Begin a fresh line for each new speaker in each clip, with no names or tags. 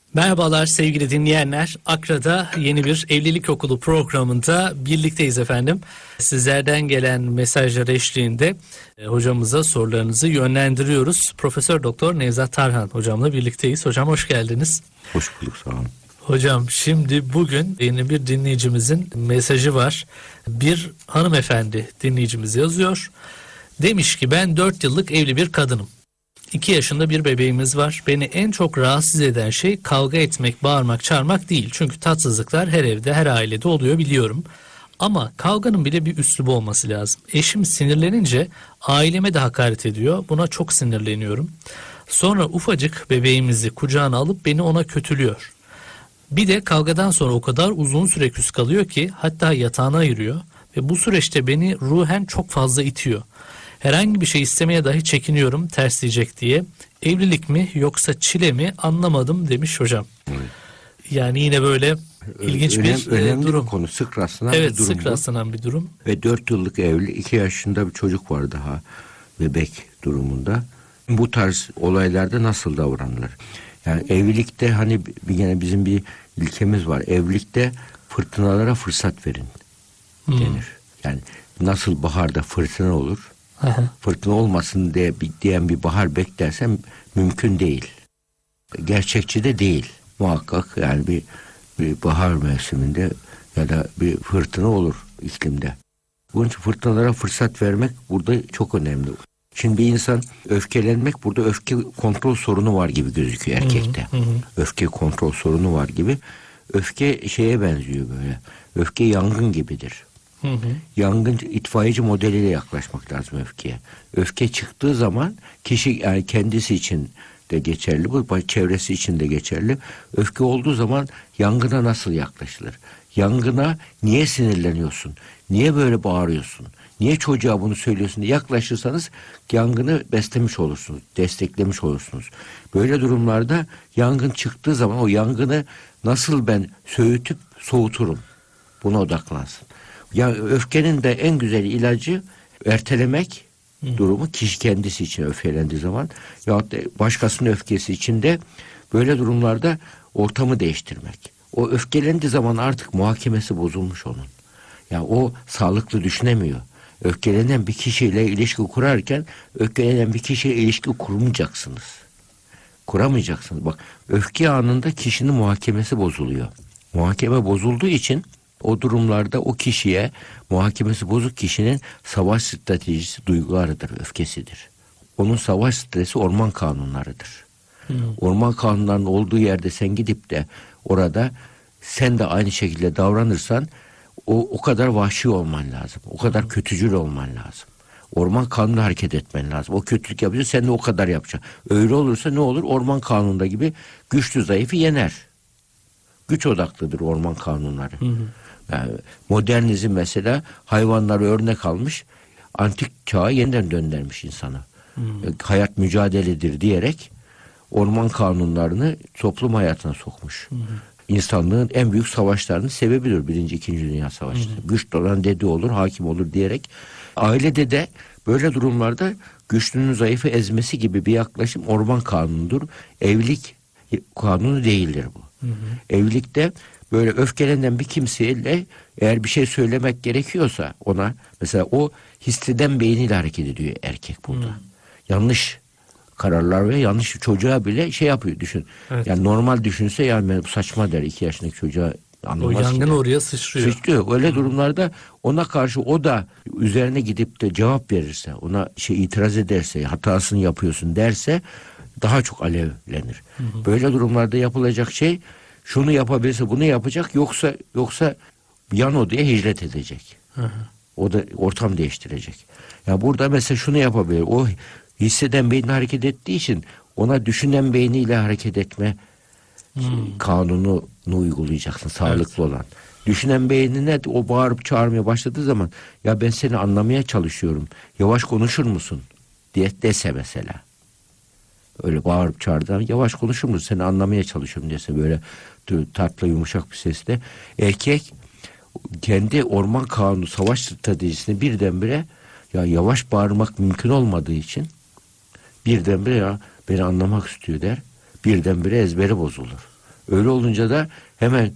Merhabalar sevgili dinleyenler. Akra'da yeni bir evlilik okulu programında birlikteyiz efendim. Sizlerden gelen mesajlar eşliğinde hocamıza sorularınızı yönlendiriyoruz. Profesör Doktor Nevzat Tarhan hocamla birlikteyiz. Hocam hoş geldiniz.
Hoş bulduk, sağ olun.
Hocam şimdi bugün yeni bir dinleyicimizin mesajı var. Bir hanımefendi dinleyicimiz yazıyor. Demiş ki ben 4 yıllık evli bir kadınım. 2 yaşında bir bebeğimiz var. Beni en çok rahatsız eden şey kavga etmek, bağırmak, çağırmak değil. Çünkü tatsızlıklar her evde, her ailede oluyor biliyorum. Ama kavganın bile bir üslubu olması lazım. Eşim sinirlenince aileme de hakaret ediyor. Buna çok sinirleniyorum. Sonra ufacık bebeğimizi kucağına alıp beni ona kötülüyor. Bir de kavgadan sonra o kadar uzun süre küs kalıyor ki hatta yatağına ayırıyor. Ve bu süreçte beni ruhen çok fazla itiyor. Herhangi bir şey istemeye dahi çekiniyorum ters diyecek diye. Evlilik mi yoksa çile mi anlamadım demiş hocam. Evet. Yani yine böyle ilginç
önemli
durum.
Bir konu, sık rastlanan
evet,
bir durum.
sık rastlanan bir durum.
Ve 4 yıllık evli, 2 yaşında bir çocuk var daha, bebek durumunda. Bu tarz olaylarda nasıl davranılır? Yani evlilikte hani yine bizim bir ilkemiz var. Evlilikte fırtınalara fırsat verin denir. Yani nasıl baharda fırtına olur? Fırtına olmasın diyen bir bahar beklersem mümkün değil. Gerçekçi de değil. Muhakkak yani bir bahar mevsiminde ya da bir fırtına olur iklimde. Bunun için fırtınalara fırsat vermek burada çok önemli. Şimdi bir insan öfkelenmek, burada öfke kontrol sorunu var gibi gözüküyor erkekte. Öfke kontrol sorunu var gibi. Öfke şeye benziyor böyle. Öfke yangın gibidir. Yangın itfaiyeci modeliyle yaklaşmak lazım öfkeye. Öfke çıktığı zaman kişi yani kendisi için de geçerli, bu çevresi için de geçerli. Öfke olduğu zaman yangına nasıl yaklaşılır? Yangına niye sinirleniyorsun? Niye böyle bağırıyorsun? Niye çocuğa bunu söylüyorsun diye yaklaşırsanız yangını beslemiş olursunuz, desteklemiş olursunuz. Böyle durumlarda yangın çıktığı zaman o yangını nasıl ben söğütüp soğuturum? Buna odaklansın. Ya öfkenin de en güzel ilacı ertelemek durumu, kişi kendisi için öfkelendiği zaman ya başkasının öfkesi için de böyle durumlarda ortamı değiştirmek. O öfkelendiği zaman artık muhakemesi bozulmuş onun. Ya o sağlıklı düşünemiyor. Öfkelenen bir kişiyle ilişki kurarken öfkelenen bir kişiyle ilişki kurmayacaksınız. Kuramayacaksınız. Bak, öfke anında kişinin muhakemesi bozuluyor. Muhakeme bozulduğu için o durumlarda o kişiye, muhakemesi bozuk kişinin savaş stratejisi duygularıdır, öfkesidir. Onun savaş stresi orman kanunlarıdır. Orman kanunlarının olduğu yerde sen gidip de orada sen de aynı şekilde davranırsan o kadar vahşi olman lazım. O kadar kötücül olman lazım. Orman kanunu hareket etmen lazım. O kötülük yapıyor, sen de o kadar yapacaksın. Öyle olursa ne olur? Orman kanununda gibi güçlü zayıfı yener. Güç odaklıdır orman kanunları. Yani modernizm mesela hayvanları örnek almış, antik çağa yeniden döndürmüş insanı. Hayat mücadeledir diyerek orman kanunlarını toplum hayatına sokmuş. İnsanlığın en büyük savaşlarının sebebidir. 1. 2. Dünya Savaşı. Güçlü olan dede olur, hakim olur diyerek. Ailede de böyle durumlarda güçlünün zayıfı ezmesi gibi bir yaklaşım orman kanunudur. Evlilik kanunu değildir bu. Evlilikte böyle öfkelenen bir kimseyle eğer bir şey söylemek gerekiyorsa ona, mesela o hisseden beyniyle hareket ediyor erkek burada. Yanlış kararlar ve yanlış, çocuğa bile şey yapıyor, düşün. Evet. Yani normal düşünse yani bu saçma der 2 yaşındaki çocuğa, anlamaz.
O yangın oraya sıçrıyor.
Sıçrıyor. Öyle durumlarda ona karşı o da üzerine gidip de cevap verirse, ona itiraz ederse, hatasını yapıyorsun derse daha çok alevlenir. Böyle durumlarda yapılacak şey, şunu yapabilirse bunu yapacak, yoksa yan odaya hicret edecek. O da ortam değiştirecek. Ya burada mesela şunu yapabilir. O hisseden beyni hareket ettiği için ona düşünen beyniyle hareket etme kanununu uygulayacaksın, sağlıklı olan. Düşünen beynine o bağırıp çağırmaya başladığı zaman ya ben seni anlamaya çalışıyorum, yavaş konuşur musun diye dese mesela. Öyle bağırıp çağırdan yavaş konuşur musun, seni anlamaya çalışıyorum dese böyle tatlı yumuşak bir sesle, erkek kendi orman kanunu savaş stratejisini birdenbire, ya yavaş bağırmak mümkün olmadığı için birdenbire ya beni anlamak istiyor der. Birdenbire ezberi bozulur. Öyle olunca da hemen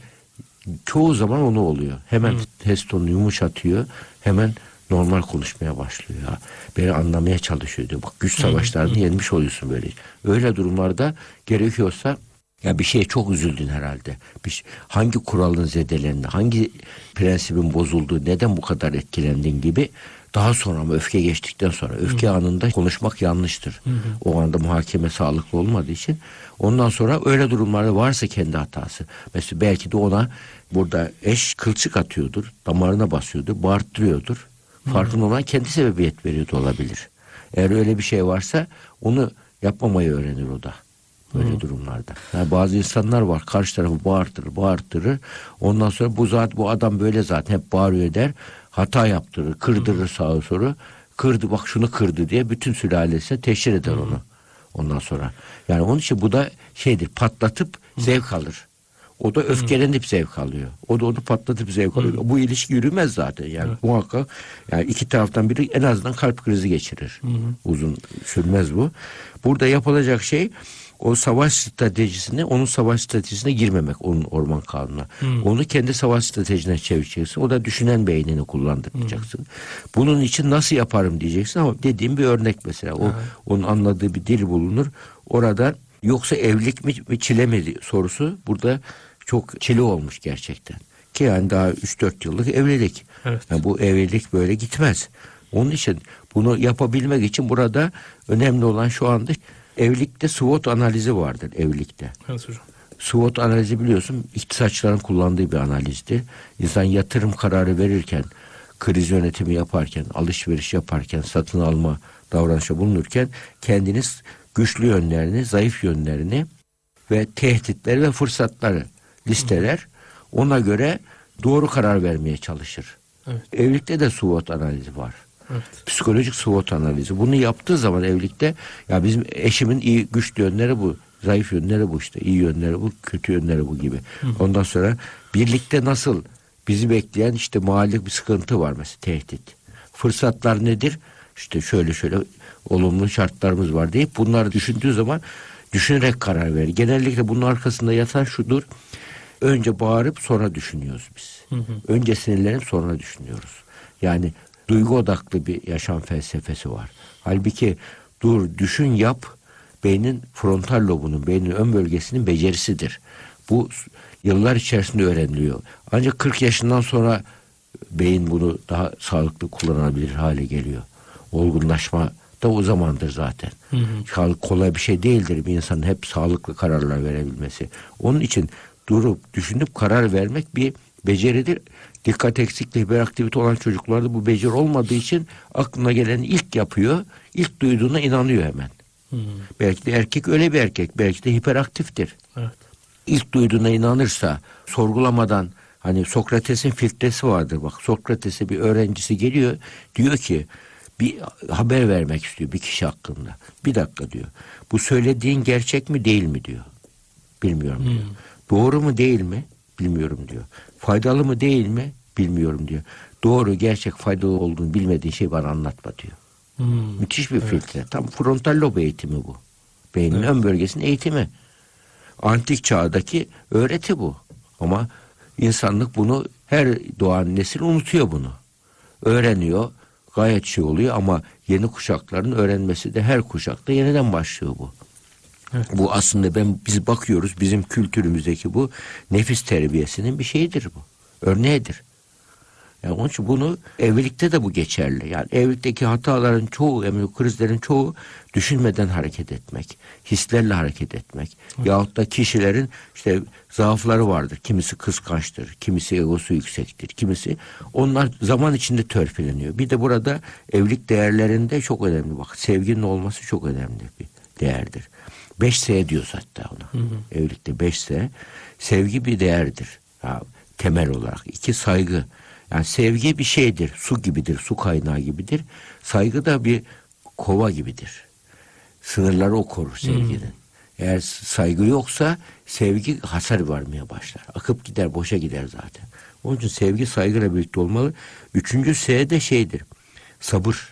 çoğu zaman onu oluyor. Hemen ses tonunu yumuşatıyor. Hemen normal konuşmaya başlıyor. Ya. Beni anlamaya çalışıyor diyor. Bak güç savaşlarını yenmiş oluyorsun böyle. Öyle durumlarda gerekiyorsa ya bir şeye çok üzüldün herhalde. Hangi kuralın zedelendi, hangi prensibin bozulduğu, neden bu kadar etkilendin gibi daha sonra ama öfke geçtikten sonra öfke anında konuşmak yanlıştır. O anda muhakeme sağlıklı olmadığı için ondan sonra öyle durumlarda varsa kendi hatası. Mesela belki de ona burada eş kılçık atıyordur, damarına basıyordur, bağırttırıyordur. Farkında olan kendi sebebiyet veriyor da olabilir. Eğer öyle bir şey varsa onu yapmamayı öğrenir o da. Böyle durumlarda. Yani bazı insanlar var karşı tarafı bağırtırır. Ondan sonra bu adam böyle zaten hep bağırıyor der. Hata yaptırır, kırdırır sağa soru. Kırdı bak şunu kırdı diye bütün sülalesine teşhir eder onu. Ondan sonra. Yani onun için bu da şeydir patlatıp zevk alır. O da öfkelenip zevk alıyor. O da onu patlatıp zevk alıyor. Bu ilişki yürümez zaten yani. Muhakkak yani iki taraftan biri en azından kalp krizi geçirir. Uzun sürmez bu. Burada yapılacak şey o savaş stratejisine, onun savaş stratejisine girmemek, onun orman kanununa. Onu kendi savaş stratejine çevireceksin. O da düşünen beynini kullandıracaksın. Bunun için nasıl yaparım diyeceksin ama dediğim bir örnek mesela. Onun anladığı bir dil bulunur. Orada yoksa evlilik mi çile mi sorusu burada çok çile olmuş gerçekten. Ki yani daha 3-4 yıllık evlilik.
Evet.
Yani bu evlilik böyle gitmez. Onun için bunu yapabilmek için burada önemli olan şu anda evlilikte SWOT analizi vardır evlilikte.
Evet hocam.
SWOT analizi biliyorsun iktisatçıların kullandığı bir analizdir. İnsan yatırım kararı verirken, kriz yönetimi yaparken, alışveriş yaparken, satın alma davranışa bulunurken kendiniz güçlü yönlerini, zayıf yönlerini ve tehditleri ve fırsatları listeler. Ona göre doğru karar vermeye çalışır.
Evet.
Evlilikte de SWOT analizi var.
Evet.
Psikolojik SWOT analizi. Bunu yaptığı zaman evlilikte ya bizim eşimin iyi güçlü yönleri bu, zayıf yönleri bu işte, iyi yönleri bu, kötü yönleri bu gibi. Ondan sonra birlikte nasıl bizi bekleyen işte mali bir sıkıntı var mesela tehdit. Fırsatlar nedir? İşte şöyle olumlu şartlarımız var deyip bunları düşündüğü zaman düşünerek karar verir. Genellikle bunun arkasında yatan şudur. Önce bağırıp sonra düşünüyoruz biz. Önce sinirlenip sonra düşünüyoruz. Yani duygu odaklı bir yaşam felsefesi var. Halbuki dur, düşün, yap beynin frontal lobunun, beynin ön bölgesinin becerisidir. Bu yıllar içerisinde öğreniliyor. Ancak 40 yaşından sonra beyin bunu daha sağlıklı kullanabilir hale geliyor. Olgunlaşma da o zamandır zaten. Kolay bir şey değildir bir insanın hep sağlıklı kararlar verebilmesi. Onun için durup düşünüp karar vermek bir beceridir. Dikkat eksikliği, hiperaktivite olan çocuklarda bu beceri olmadığı için aklına geleni ilk yapıyor. İlk duyduğuna inanıyor hemen. Belki de erkek öyle bir erkek. Belki de hiperaktiftir.
Evet.
İlk duyduğuna inanırsa sorgulamadan hani Sokrates'in filtresi vardır bak. Sokrates'e bir öğrencisi geliyor. Diyor ki bir haber vermek istiyor bir kişi hakkında. Bir dakika diyor. Bu söylediğin gerçek mi değil mi diyor. Bilmiyorum diyor. Doğru mu değil mi? Bilmiyorum diyor. Faydalı mı değil mi? Bilmiyorum diyor. Doğru, gerçek, faydalı olduğunu bilmediğin şey bana anlatma diyor. Müthiş bir filtre. Tam frontal lob eğitimi bu. Beynin ön bölgesinin eğitimi. Antik çağdaki öğreti bu. Ama insanlık bunu her doğan nesil unutuyor bunu. Öğreniyor. Gayet şey oluyor ama yeni kuşakların öğrenmesi de her kuşakta yeniden başlıyor bu. Evet. Bu aslında biz bakıyoruz bizim kültürümüzdeki bu nefis terbiyesinin bir şeyidir bu. Örneğidir. Yani onun için bunu evlilikte de bu geçerli. Yani evlilikteki hataların çoğu, krizlerin çoğu düşünmeden hareket etmek, hislerle hareket etmek. Yahut da kişilerin işte zaafları vardır. Kimisi kıskançtır, kimisi egosu yüksektir, kimisi onlar zaman içinde törpüleniyor. Bir de burada evlilik değerlerinde çok önemli. Bak sevginin olması çok önemli bir değerdir. 5S diyoruz hatta ona. Evlilikte 5S. Sevgi bir değerdir. Ya, temel olarak. 2 saygı. Yani sevgi bir şeydir. Su gibidir. Su kaynağı gibidir. Saygı da bir kova gibidir. Sınırları o korur sevginin. Eğer saygı yoksa sevgi hasar vermeye başlar. Akıp gider, boşa gider zaten. Onun için sevgi saygıyla birlikte olmalı. 3. S de şeydir. Sabır.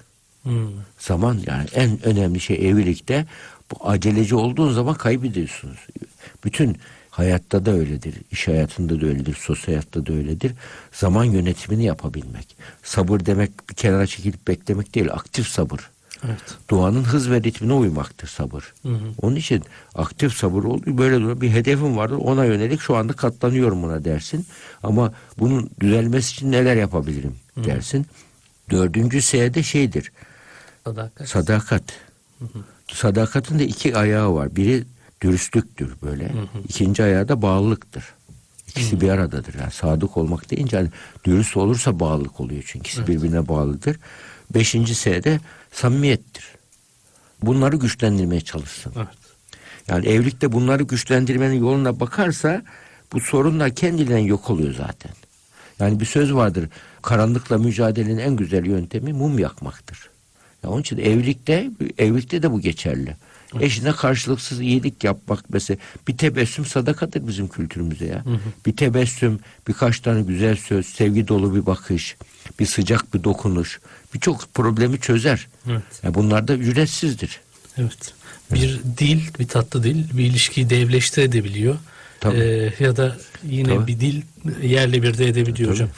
Zaman yani en önemli şey evlilikte. Bu aceleci olduğun zaman kaybediyorsunuz. Bütün Hayatta da öyledir, iş hayatında da öyledir, sosyal hayatta da öyledir. Zaman yönetimini yapabilmek. Sabır demek bir kenara çekilip beklemek değil, aktif sabır.
Evet.
Doğanın hız ve ritmine uymaktır sabır. Onun için aktif sabır oldu. Böyle bir hedefim vardır, ona yönelik şu anda katlanıyorum buna dersin. Ama bunun düzelmesi için neler yapabilirim dersin. Dördüncü S'de şeydir.
Sadakat.
Sadakat. Sadakatin de iki ayağı var. Biri dürüstlüktür böyle. İkinci ayağı da bağlılıktır. İkisi bir aradadır. Yani sadık olmak deyince hani dürüst olursa bağlılık oluyor çünkü ikisi birbirine bağlıdır. Beşinci S'de samimiyettir. Bunları güçlendirmeye çalışsın.
Evet.
Yani evlilikte bunları güçlendirmenin yoluna bakarsa bu sorunlar kendiliğinden yok oluyor zaten. Yani bir söz vardır. Karanlıkla mücadelenin en güzel yöntemi mum yakmaktır. Ya onun için evlilikte de bu geçerli. Eşine karşılıksız iyilik yapmak mesela, bir tebessüm sadakadır bizim kültürümüze ya. Bir tebessüm, birkaç tane güzel söz, sevgi dolu bir bakış, bir sıcak bir dokunuş birçok problemi çözer.
Evet.
Yani bunlar da ücretsizdir.
Evet. Bir dil, bir tatlı dil bir ilişkiyi de evleştirebiliyor. Ya da yine bir dil yerle bir de edebiliyor hocam.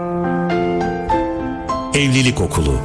Evlilik Okulu.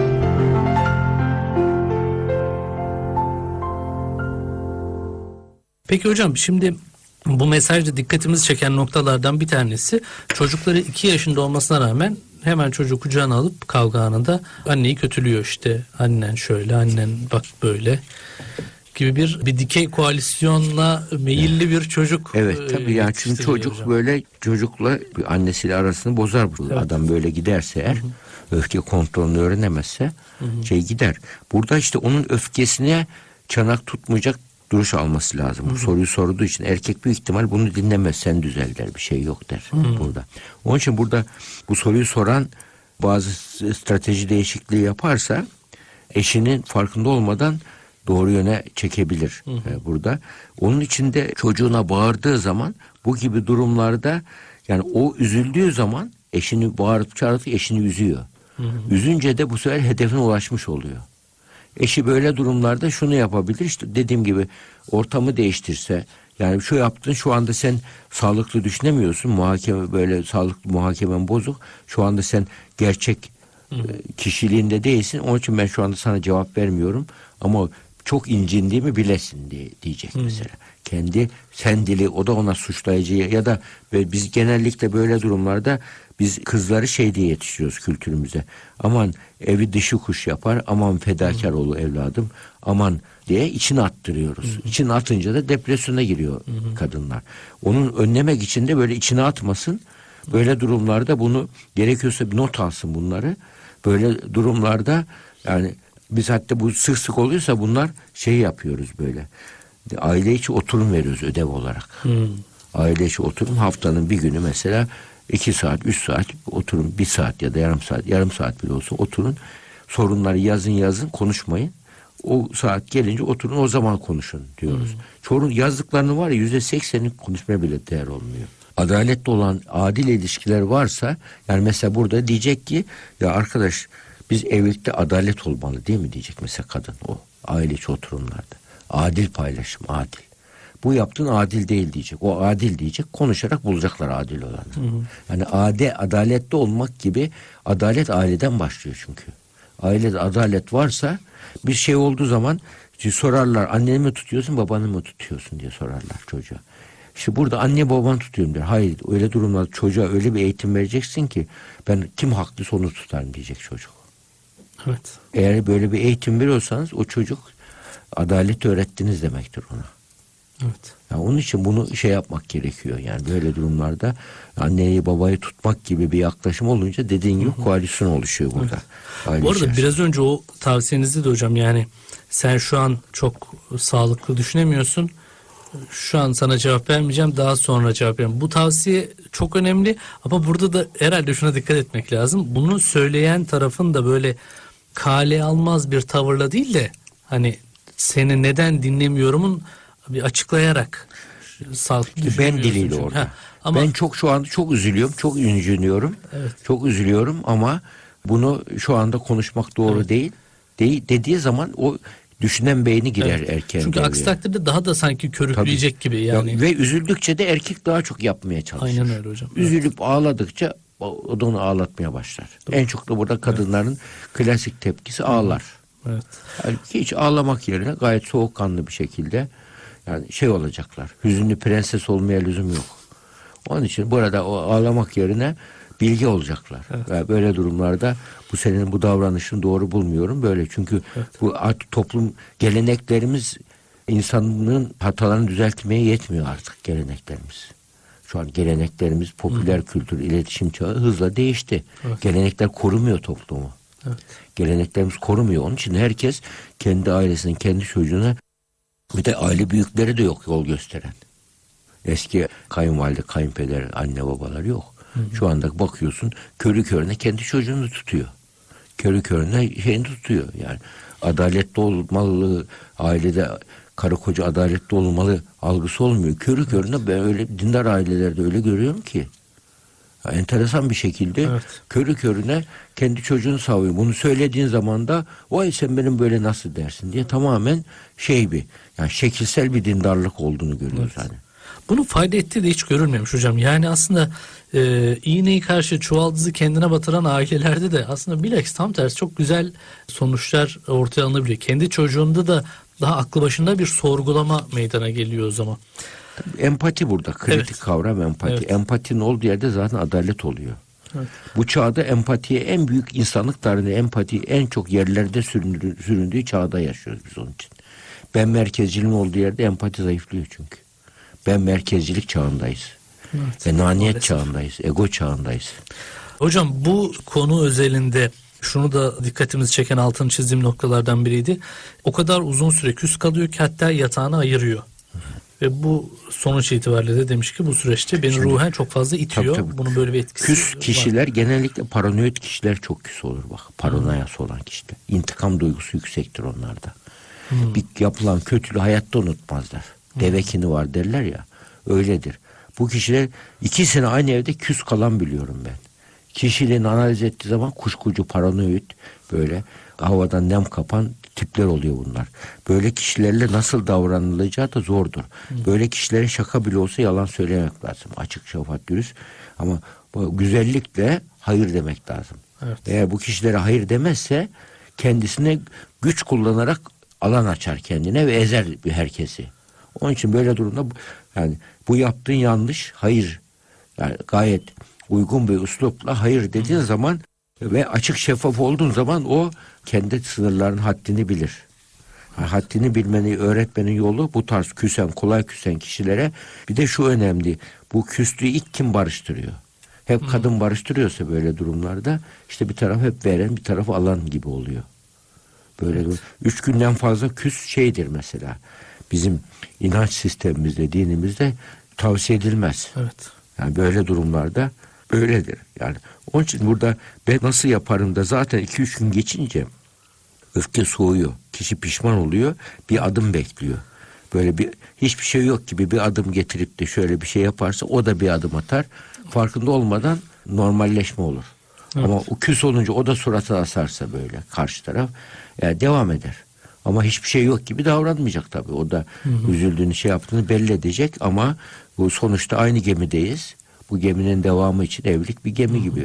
Peki hocam, şimdi bu mesajda dikkatimizi çeken noktalardan bir tanesi, çocukları 2 yaşında olmasına rağmen hemen çocuğu kucağına alıp kavga anında anneyi kötülüyor, işte annen şöyle, annen bak böyle gibi bir dikey koalisyonla meyilli bir çocuk.
Evet tabii yani çünkü çocuk
hocam.
böyle çocukla annesiyle arasını bozar bu.
Evet.
Adam böyle giderse eğer, öfke kontrolünü öğrenemezse gider. Burada işte onun öfkesine çanak tutmayacak duruş alması lazım. Bu soruyu sorduğu için erkek büyük ihtimal bunu dinlemez, sen düzel der, bir şey yok der burada. Onun için burada bu soruyu soran bazı strateji değişikliği yaparsa eşinin farkında olmadan doğru yöne çekebilir burada. Onun için de çocuğuna bağırdığı zaman bu gibi durumlarda, yani o üzüldüğü zaman eşini bağırıp çağırıp eşini üzüyor. Üzünce de bu sefer hedefine ulaşmış oluyor. Eşi böyle durumlarda şunu yapabilir, işte dediğim gibi ortamı değiştirse, yani şu yaptın, şu anda sen sağlıklı düşünemiyorsun, muhakeme böyle sağlıklı, muhakemen bozuk, şu anda sen gerçek kişiliğinde değilsin, onun için ben şu anda sana cevap vermiyorum ama çok incindiğimi bilesin diyecek mesela. Kendi sen dili, o da ona suçlayıcı, ya da biz genellikle böyle durumlarda biz kızları şey diye yetiştiriyoruz kültürümüze. Aman evi dışı kuş yapar, aman fedakar ol evladım, aman diye içine attırıyoruz. İçine atınca da depresyona giriyor kadınlar. Onun önlemek için de böyle içine atmasın. Böyle durumlarda bunu gerekiyorsa bir not alsın bunları. Böyle durumlarda yani biz hatta bu sık sık oluyorsa bunlar şey yapıyoruz böyle. Aile içi oturum veriyoruz ödev olarak. Aile içi oturum, haftanın bir günü mesela 2 saat, 3 saat oturun, 1 saat ya da yarım saat bile olsun oturun. Sorunları yazın konuşmayın. O saat gelince oturun, o zaman konuşun diyoruz. Çoğunun yazdıklarını var ya %80'in konuşmaya bile değer olmuyor. Adaletli olan adil ilişkiler varsa, yani mesela burada diyecek ki ya arkadaş, biz evlilikte adalet olmalı değil mi diyecek mesela kadın, o aile içi oturumlarda. Adil paylaşım, adil. Bu yaptığın adil değil diyecek. O adil diyecek. Konuşarak bulacaklar adil olanı. Yani adaletli olmak gibi, adalet aileden başlıyor çünkü. Ailede adalet varsa bir şey olduğu zaman sorarlar, anneni mi tutuyorsun, babanı mı tutuyorsun diye sorarlar çocuğa. İşte burada anne babanı tutuyorum der. Hayır, öyle durumlarda çocuğa öyle bir eğitim vereceksin ki ben kim haklıysa onu tutarım diyecek çocuk.
Evet.
Eğer böyle bir eğitim veriyorsanız o çocuk adalet öğrettiniz demektir ona.
Evet.
Yani onun için bunu şey yapmak gerekiyor. Yani böyle durumlarda anneyi babayı tutmak gibi bir yaklaşım olunca dediğin gibi koalisyon oluşuyor burada.
Evet. Bu arada biraz önce o tavsiyenizde de hocam, yani sen şu an çok sağlıklı düşünemiyorsun, şu an sana cevap vermeyeceğim, daha sonra cevap vereceğim. Bu tavsiye çok önemli ama burada da herhalde şuna dikkat etmek lazım. Bunu söyleyen tarafın da böyle kale almaz bir tavırla değil de hani seni neden dinlemiyorumun bir açıklayarak sağlıklı
ben diliyle orada. Ama ben şu anda çok üzülüyorum, çok inciniyorum.
Evet.
Çok üzülüyorum ama bunu şu anda konuşmak doğru değil dediği zaman o düşünen beyni girer
Evet.
erken.
Çünkü aksi takdirde daha da sanki körükleyecek gibi yani.
Ve üzüldükçe de erkek daha çok yapmaya çalışır.
Aynen öyle hocam.
Üzülüp ağladıkça o da onu ağlatmaya başlar.
Doğru.
En çok da burada kadınların klasik tepkisi ağlar.
Evet.
Yani hiç ağlamak yerine gayet soğukkanlı bir şekilde yani şey olacaklar. Hüzünlü prenses olmaya lüzum yok. Onun için burada o ağlamak yerine bilgi olacaklar.
Evet.
Yani böyle durumlarda bu senin bu davranışını doğru bulmuyorum böyle. Çünkü bu toplum geleneklerimiz insanın hatalarını düzeltmeye yetmiyor artık geleneklerimiz. Şu an geleneklerimiz popüler kültür, iletişim çağı hızla değişti.
Evet.
Gelenekler korumuyor toplumu.
Evet.
Geleneklerimiz korumuyor. Onun için herkes kendi ailesinin, kendi çocuğuna bir de aile büyükleri de yok yol gösteren. Eski kayınvalide, kayınpeder, anne babalar yok. Şu anda bakıyorsun körü körüne kendi çocuğunu tutuyor. Körü körüne şeyini tutuyor. Yani adaletli olmalı, ailede karı koca adaletli olmalı algısı olmuyor. Körü körüne ben öyle dindar ailelerde öyle görüyorum ki. Ya enteresan bir şekilde körü körüne kendi çocuğunu savuyor. Bunu söylediğin zaman da vay sen benim böyle nasıl dersin diye tamamen yani şekilsel bir dindarlık olduğunu görüyoruz hani.
Bunun fayda ettiği de hiç görülmemiş hocam. Yani aslında iğneyi karşı çuvaldızı kendine batıran ailelerde de aslında bilakis tam tersi çok güzel sonuçlar ortaya alınabiliyor. Kendi çocuğunda da daha aklı başında bir sorgulama meydana geliyor o zaman.
Empati burada kritik kavram empati.
Evet.
Empatinin olduğu yerde zaten adalet oluyor.
Evet.
Bu çağda empatiye en büyük insanlık tarihinde empati en çok yerlerde süründüğü çağda yaşıyoruz biz onun için. Ben merkezciliğin olduğu yerde empati zayıflıyor çünkü. Ben merkezcilik çağındayız.
Evet.
Enaniyet çağındayız. Ego çağındayız.
Hocam bu konu özelinde şunu da dikkatimizi çeken altını çizdiğim noktalardan biriydi. O kadar uzun süre küs kalıyor ki hatta yatağını ayırıyor. Ve bu sonuç itibariyle de demiş ki bu süreçte beni ruhen çok fazla itiyor.
Tabii.
Bunun böyle bir etkisi
Küs
var.
kişiler genellikle paranoid kişiler çok küs olur bak. Paranoyası olan kişiler. İntikam duygusu yüksektir onlarda. Bir yapılan kötülüğü hayatta unutmazlar. Devekini var derler ya. Öyledir. Bu kişiler ikisini aynı evde küs kalan biliyorum ben. Kişiliğini analiz ettiği zaman kuşkucu, paranoid böyle havadan nem kapan tipler oluyor bunlar. Böyle kişilerle nasıl davranılacağı da zordur. Böyle kişilere şaka bile olsa yalan söylemek lazım. Açık, şeffaf, dürüst. Ama bu güzellikle hayır demek lazım.
Evet.
Eğer bu kişilere hayır demezse kendisine güç kullanarak alan açar kendine ve ezer herkesi. Onun için böyle durumda yani bu yaptığın yanlış, hayır. Yani gayet uygun bir üslupla hayır dediğin zaman ve açık şeffaf olduğun zaman o kendi sınırların haddini bilir. Yani haddini bilmeni öğretmenin yolu bu tarz kolay küsen kişilere. Bir de şu önemli. Bu küslüğü ilk kim barıştırıyor? Hep kadın barıştırıyorsa böyle durumlarda işte bir taraf hep veren bir taraf alan gibi oluyor. Böyle 3 günden fazla küs şeydir mesela. Bizim inanç sistemimizde, dinimizde tavsiye edilmez.
Evet.
Yani böyle durumlarda öyledir. Yani onun için burada ben nasıl yaparım da zaten 2-3 gün geçince öfke soğuyor. Kişi pişman oluyor. Bir adım bekliyor. Böyle hiçbir şey yok gibi bir adım getirip de şöyle bir şey yaparsa o da bir adım atar. Farkında olmadan normalleşme olur. Evet. Ama o küs olunca o da suratına asarsa böyle karşı taraf devam eder. Ama hiçbir şey yok gibi davranmayacak tabii. O da üzüldüğünü yaptığını belli edecek ama bu sonuçta aynı gemideyiz. Bu geminin devamı için evlilik bir gemi gibi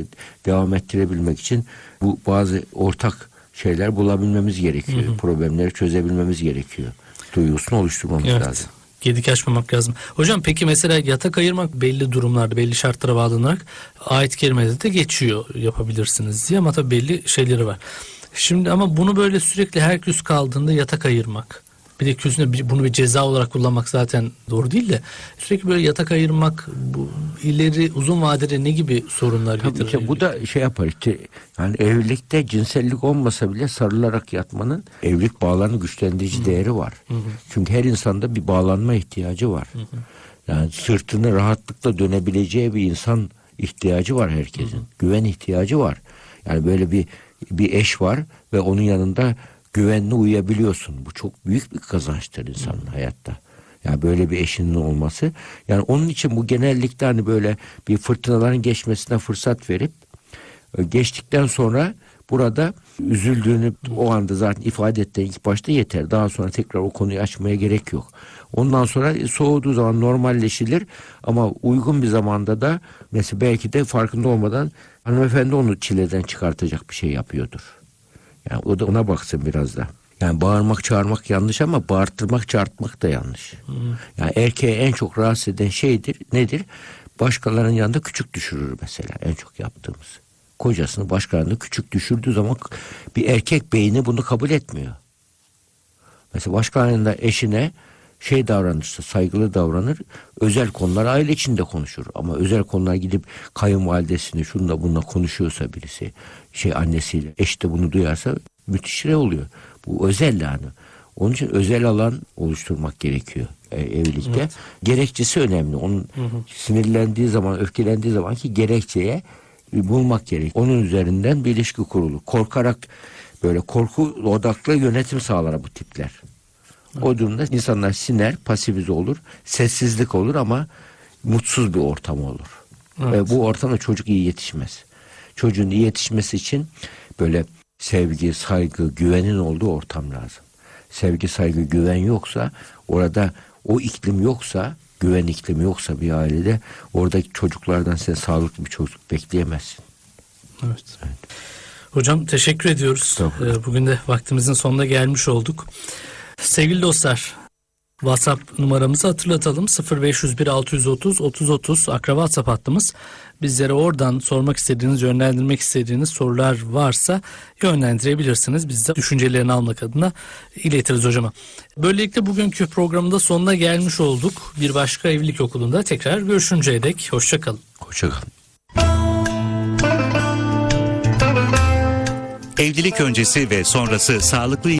devam ettirebilmek için bu bazı ortak şeyler bulabilmemiz gerekiyor. Problemleri çözebilmemiz gerekiyor. Duygusunu oluşturmamız lazım.
Gedik açmamak lazım. Hocam peki mesela yatak ayırmak belli durumlarda, belli şartlara bağlanarak ayet-i kerimede de geçiyor yapabilirsiniz diye ama tabii belli şeyleri var. Şimdi ama bunu böyle sürekli her küs kaldığında yatak ayırmak. Bir de küsüne bunu bir ceza olarak kullanmak zaten doğru değil de sürekli böyle yatak ayırmak bu ileri uzun vadede ne gibi sorunlar getirir?
İşte bu da yapar işte yani evlilikte cinsellik olmasa bile sarılarak yatmanın evlilik bağlarını güçlendirici değeri var. Çünkü her insanda bir bağlanma ihtiyacı var. Yani sırtını rahatlıkla dönebileceği bir insan ihtiyacı var herkesin. Güven ihtiyacı var. Yani böyle bir eş var ve onun yanında güvenli uyuyabiliyorsun. Bu çok büyük bir kazançtır insanın hayatta. Yani böyle bir eşinin olması. Yani onun için bu genellikle hani böyle bir fırtınaların geçmesine fırsat verip geçtikten sonra Burada üzüldüğünü o anda zaten ifade ettiğin ilk başta yeter. Daha sonra tekrar o konuyu açmaya gerek yok. Ondan sonra soğuduğu zaman normalleşilir ama uygun bir zamanda da mesela belki de farkında olmadan hanımefendi onu çileden çıkartacak bir şey yapıyordur. Yani o da ona baksın biraz da. Yani bağırmak çağırmak yanlış ama bağırtırmak çağırtmak da yanlış. Yani erkeği en çok rahatsız eden şeydir nedir? Başkalarının yanında küçük düşürür mesela en çok yaptığımız. Kocasını başkalarında küçük düşürdüğü zaman bir erkek beyni bunu kabul etmiyor. Mesela başkalarında eşine davranırsa, saygılı davranır. Özel konular aile içinde konuşur. Ama özel konular gidip kayınvalidesini şununla bununla konuşuyorsa birisi, annesiyle, eş de bunu duyarsa müthiş oluyor. Bu özel yani. Onun için özel alan oluşturmak gerekiyor evlilikte. Evet. Gerekçesi önemli. Onun sinirlendiği zaman, öfkelendiği zamanki gerekçeye bulmak gerek. Onun üzerinden bir ilişki kurulur. Korkarak böyle korku odaklı yönetim sağlar bu tipler. Evet. O durumda insanlar siner, pasifize olur, sessizlik olur ama mutsuz bir ortam olur. Evet. Ve bu ortamda çocuk iyi yetişmez. Çocuğun iyi yetişmesi için böyle sevgi, saygı, güvenin olduğu ortam lazım. Sevgi, saygı, güven yoksa, orada o iklim yoksa, güven iklimi yoksa bir ailede, oradaki çocuklardan sen sağlıklı bir çocuk bekleyemezsin.
Evet. Hocam teşekkür ediyoruz. Bugün de vaktimizin sonuna gelmiş olduk. Sevgili dostlar, WhatsApp numaramızı hatırlatalım. 0501 630 30 30 Akraba WhatsApp hattımız. Bizlere oradan sormak istediğiniz, yönlendirmek istediğiniz sorular varsa yönlendirebilirsiniz. Biz de düşüncelerini almak adına iletiriz hocama. Böylelikle bugünkü programda sonuna gelmiş olduk. Bir başka evlilik okulunda tekrar görüşünceye dek hoşça kalın.
Hoşça kalın.
Evlilik öncesi ve sonrası sağlıklı